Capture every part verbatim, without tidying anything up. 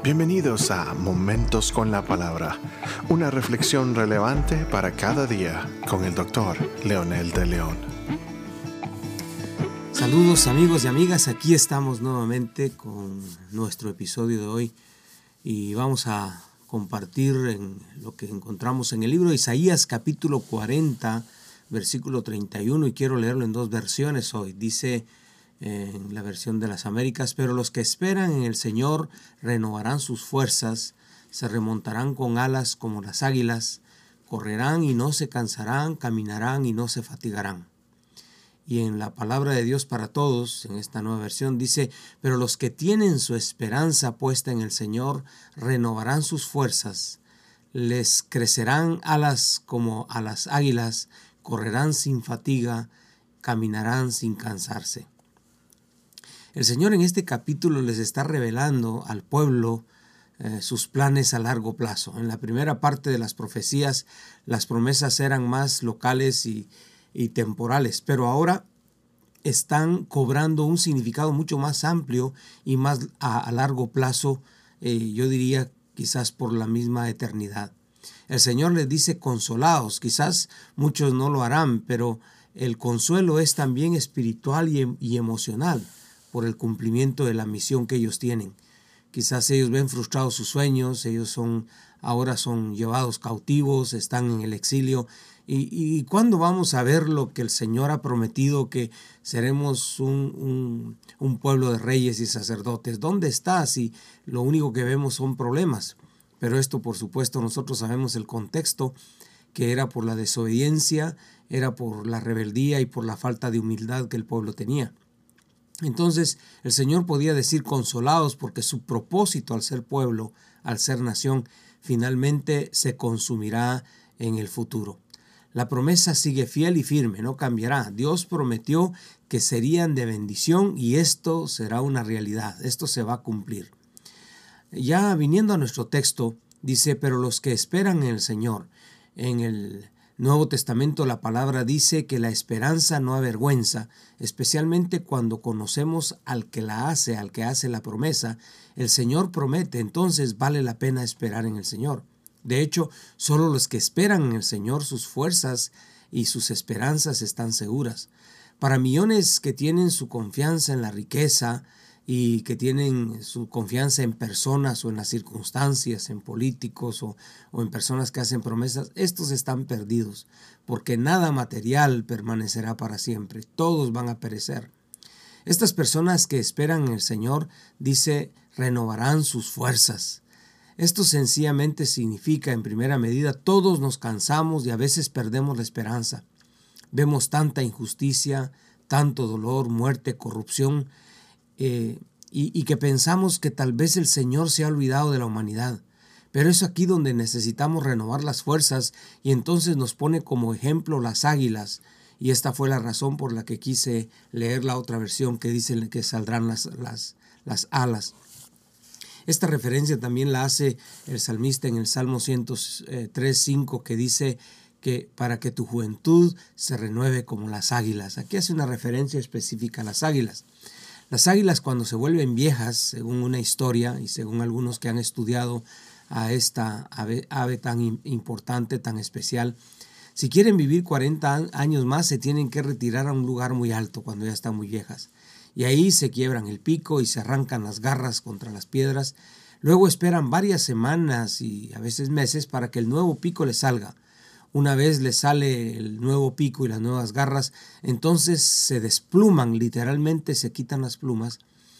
Bienvenidos a Momentos con la Palabra, una reflexión relevante para cada día con el doctor Leonel de León. Saludos amigos y amigas, aquí estamos nuevamente con nuestro episodio de hoy y vamos a compartir en lo que encontramos en el libro de Isaías capítulo cuarenta, versículo treinta y uno, y quiero leerlo en dos versiones hoy. Dice en la versión de las Américas: pero los que esperan en el Señor renovarán sus fuerzas, se remontarán con alas como las águilas, correrán y no se cansarán, caminarán y no se fatigarán. Y en la palabra de Dios para todos, en esta nueva versión, dice: pero los que tienen su esperanza puesta en el Señor renovarán sus fuerzas, les crecerán alas como a las águilas, correrán sin fatiga, caminarán sin cansarse. El Señor en este capítulo les está revelando al pueblo eh, sus planes a largo plazo. En la primera parte de las profecías, las promesas eran más locales y, y temporales, pero ahora están cobrando un significado mucho más amplio y más a, a largo plazo, eh, yo diría quizás por la misma eternidad. El Señor les dice: consolaos. Quizás muchos no lo harán, pero el consuelo es también espiritual y, y emocional, por el cumplimiento de la misión que ellos tienen. Quizás ellos ven frustrados sus sueños, ellos son ahora son llevados cautivos, están en el exilio. ¿Y, y cuándo vamos a ver lo que el Señor ha prometido, que seremos un, un, un pueblo de reyes y sacerdotes? ¿Dónde está si lo único que vemos son problemas? Pero esto, por supuesto, nosotros sabemos el contexto, que era por la desobediencia, era por la rebeldía y por la falta de humildad que el pueblo tenía. Entonces el Señor podía decir: consolados, porque su propósito al ser pueblo, al ser nación, finalmente se consumirá en el futuro. La promesa sigue fiel y firme, no cambiará. Dios prometió que serían de bendición y esto será una realidad, esto se va a cumplir. Ya viniendo a nuestro texto, dice: pero los que esperan en el Señor. En el Nuevo Testamento la palabra dice que la esperanza no avergüenza, especialmente cuando conocemos al que la hace, al que hace la promesa. El Señor promete, entonces vale la pena esperar en el Señor. De hecho, solo los que esperan en el Señor, sus fuerzas y sus esperanzas están seguras. Para millones que tienen su confianza en la riqueza y que tienen su confianza en personas o en las circunstancias, en políticos o, o en personas que hacen promesas, estos están perdidos, porque nada material permanecerá para siempre, todos van a perecer. Estas personas que esperan en el Señor, dice, renovarán sus fuerzas. Esto sencillamente significa, en primera medida, todos nos cansamos y a veces perdemos la esperanza. Vemos tanta injusticia, tanto dolor, muerte, corrupción, Eh, y, y que pensamos que tal vez el Señor se ha olvidado de la humanidad. Pero es aquí donde necesitamos renovar las fuerzas, y entonces nos pone como ejemplo las águilas, y esta fue la razón por la que quise leer la otra versión que dice que saldrán las, las, las alas. Esta referencia también la hace el salmista en el Salmo ciento tres, cinco, que dice que para que tu juventud se renueve como las águilas. Aquí hace una referencia específica a las águilas. Las águilas, cuando se vuelven viejas, según una historia y según algunos que han estudiado a esta ave, ave tan importante, tan especial, si quieren vivir cuarenta años más, se tienen que retirar a un lugar muy alto cuando ya están muy viejas. Y ahí se quiebran el pico y se arrancan las garras contra las piedras. Luego esperan varias semanas y a veces meses para que el nuevo pico les salga. Una vez les sale el nuevo pico y las nuevas garras, entonces se despluman, literalmente se quitan las plumas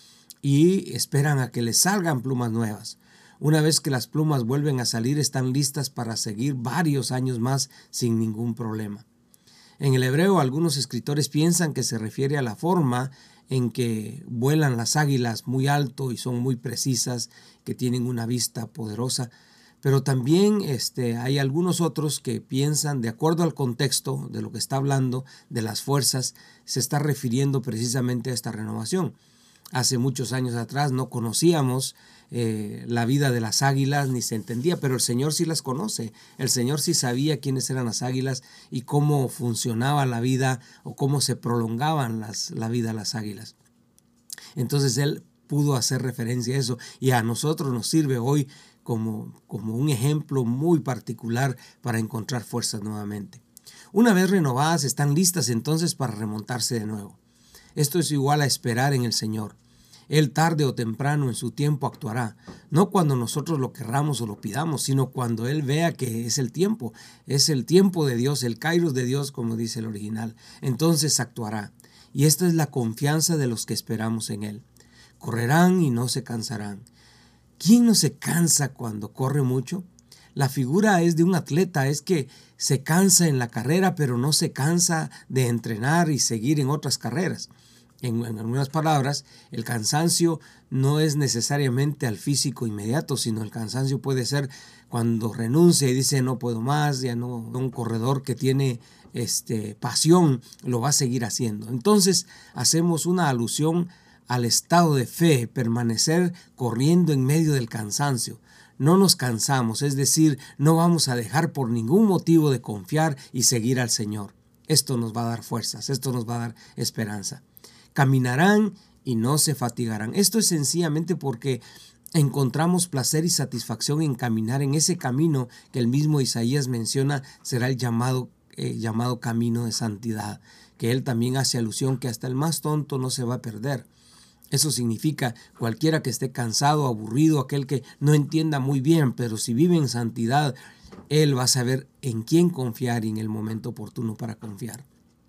y esperan a que les salgan plumas nuevas. Una vez que las plumas vuelven a salir, están listas para seguir varios años más sin ningún problema. En el hebreo, algunos escritores piensan que se refiere a la forma en que vuelan las águilas muy alto y son muy precisas, que tienen una vista poderosa. Pero también este, hay algunos otros que piensan, de acuerdo al contexto de lo que está hablando, de las fuerzas, se está refiriendo precisamente a esta renovación. Hace muchos años atrás no conocíamos eh, la vida de las águilas, ni se entendía, pero el Señor sí las conoce. El Señor sí sabía quiénes eran las águilas y cómo funcionaba la vida o cómo se prolongaban las, la vida de las águilas. Entonces Él pudo hacer referencia a eso y a nosotros nos sirve hoy como, como un ejemplo muy particular para encontrar fuerzas nuevamente. Una vez renovadas, están listas entonces para remontarse de nuevo. Esto es igual a esperar en el Señor. Él tarde o temprano en su tiempo actuará, no cuando nosotros lo querramos o lo pidamos, sino cuando Él vea que es el tiempo, es el tiempo de Dios, el kairos de Dios, como dice el original. Entonces actuará. Y esta es la confianza de los que esperamos en Él. Correrán y no se cansarán. ¿Quién no se cansa cuando corre mucho? La figura es de un atleta, es que se cansa en la carrera, pero no se cansa de entrenar y seguir en otras carreras. En, en algunas palabras, el cansancio no es necesariamente al físico inmediato, sino el cansancio puede ser cuando renuncia y dice no puedo más, ya no. Un corredor que tiene este, pasión lo va a seguir haciendo. Entonces hacemos una alusión al estado de fe, permanecer corriendo en medio del cansancio. No nos cansamos, es decir, no vamos a dejar por ningún motivo de confiar y seguir al Señor. Esto nos va a dar fuerzas, esto nos va a dar esperanza. Caminarán y no se fatigarán. Esto es sencillamente porque encontramos placer y satisfacción en caminar en ese camino que el mismo Isaías menciona será el llamado, eh, llamado camino de santidad, que él también hace alusión que hasta el más tonto no se va a perder. Eso significa cualquiera que esté cansado, aburrido, aquel que no entienda muy bien, pero si vive en santidad, él va a saber en quién confiar y en el momento oportuno para confiar.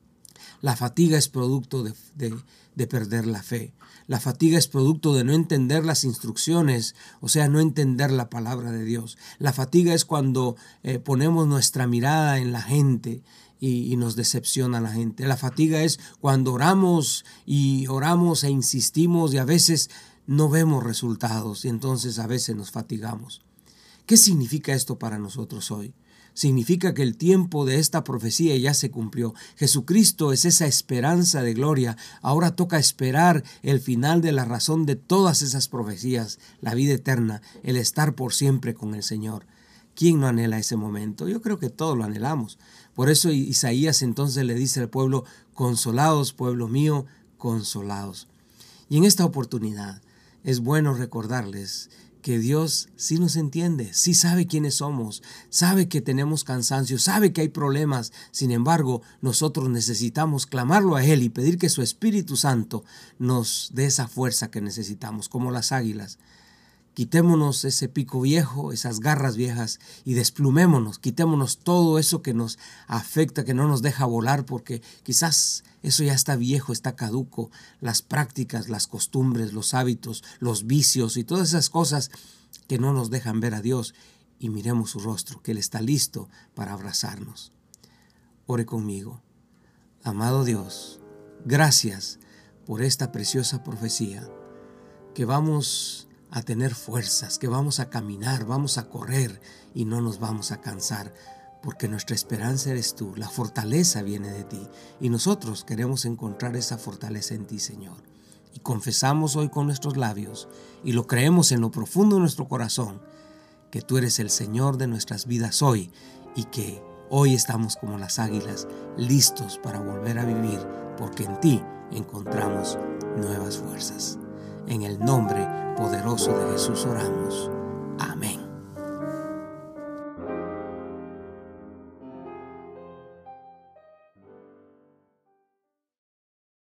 La fatiga es producto de, de, de perder la fe. La fatiga es producto de no entender las instrucciones, o sea, no entender la palabra de Dios. La fatiga es cuando eh, ponemos nuestra mirada en la gente y, y nos decepciona la gente. La fatiga es cuando oramos y oramos e insistimos y a veces no vemos resultados y entonces a veces nos fatigamos. ¿Qué significa esto para nosotros hoy? Significa que el tiempo de esta profecía ya se cumplió. Jesucristo es esa esperanza de gloria. Ahora toca esperar el final de la razón de todas esas profecías, la vida eterna, el estar por siempre con el Señor. ¿Quién no anhela ese momento? Yo creo que todos lo anhelamos. Por eso Isaías entonces le dice al pueblo, consolaos, pueblo mío, consolaos. Y en esta oportunidad es bueno recordarles que Dios sí nos entiende, sí sabe quiénes somos, sabe que tenemos cansancio, sabe que hay problemas. Sin embargo, nosotros necesitamos clamarlo a Él y pedir que su Espíritu Santo nos dé esa fuerza que necesitamos, como las águilas. Quitémonos ese pico viejo, esas garras viejas y desplumémonos, quitémonos todo eso que nos afecta, que no nos deja volar, porque quizás eso ya está viejo, está caduco, las prácticas, las costumbres, los hábitos, los vicios y todas esas cosas que no nos dejan ver a Dios y miremos su rostro, que Él está listo para abrazarnos. Ore conmigo. Amado Dios, gracias por esta preciosa profecía, que vamos a tener fuerzas, que vamos a caminar, vamos a correr y no nos vamos a cansar, porque nuestra esperanza eres tú, la fortaleza viene de ti y nosotros queremos encontrar esa fortaleza en ti, Señor. Y confesamos hoy con nuestros labios y lo creemos en lo profundo de nuestro corazón, que tú eres el Señor de nuestras vidas hoy y que hoy estamos como las águilas, listos para volver a vivir, porque en ti encontramos nuevas fuerzas. En el nombre poderoso de Jesús oramos. Amén.